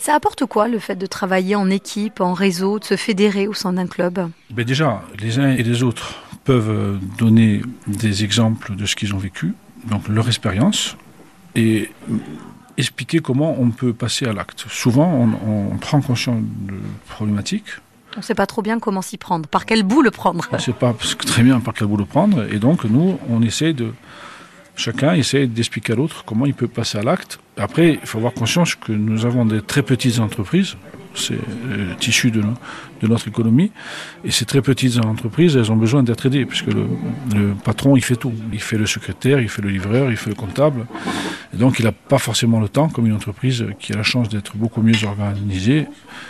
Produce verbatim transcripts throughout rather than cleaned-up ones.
Ça apporte quoi le fait de travailler en équipe, en réseau, de se fédérer au sein d'un club ? Ben déjà, les uns et les autres peuvent donner des exemples de ce qu'ils ont vécu, donc leur expérience, et expliquer comment on peut passer à l'acte. Souvent, on, on prend conscience de problématiques. On ne sait pas trop bien comment s'y prendre, par quel bout le prendre. On ne sait pas très bien par quel bout le prendre, et donc nous, on essaie de... Chacun essaie d'expliquer à l'autre comment il peut passer à l'acte. Après, il faut avoir conscience que nous avons des très petites entreprises, c'est le tissu de, de notre économie, et ces très petites entreprises, elles ont besoin d'être aidées, puisque le, le patron, il fait tout. Il fait le secrétaire, il fait le livreur, il fait le comptable, et donc il n'a pas forcément le temps, comme une entreprise qui a la chance d'être beaucoup mieux organisée,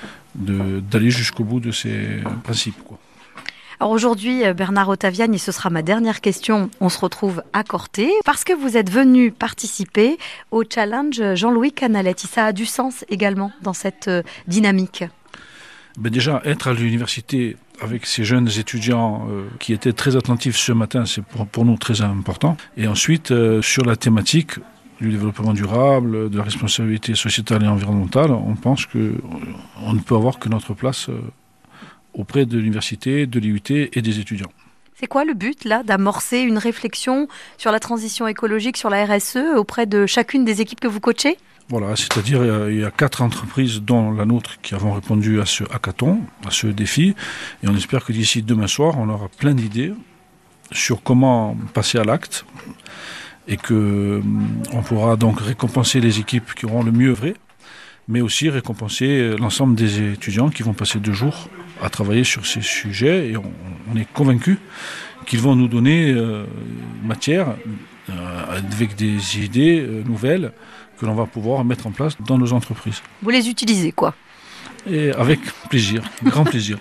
de, d'aller jusqu'au bout de ses principes, quoi. Alors aujourd'hui, Bernard Ottaviani, et ce sera ma dernière question, on se retrouve à Corté parce que vous êtes venu participer au challenge Jean-Louis Canaletti. Ça a du sens également dans cette dynamique. Ben déjà, être à l'université avec ces jeunes étudiants euh, qui étaient très attentifs ce matin, c'est pour, pour nous très important. Et ensuite, euh, sur la thématique du développement durable, de la responsabilité sociétale et environnementale, on pense qu'on ne peut avoir que notre place euh, auprès de l'université, de l'I U T et des étudiants. C'est quoi le but là, d'amorcer une réflexion sur la transition écologique, sur la R S E auprès de chacune des équipes que vous coachez ? Voilà, c'est-à-dire il y a quatre entreprises, dont la nôtre, qui avons répondu à ce hackathon, à ce défi, et on espère que d'ici demain soir, on aura plein d'idées sur comment passer à l'acte, et qu'on pourra donc récompenser les équipes qui auront le mieux œuvré, mais aussi récompenser l'ensemble des étudiants qui vont passer deux jours à travailler sur ces sujets, et on, on est convaincus qu'ils vont nous donner euh, matière euh, avec des idées euh, nouvelles que l'on va pouvoir mettre en place dans nos entreprises. Vous les utilisez quoi ? Et avec plaisir, grand plaisir.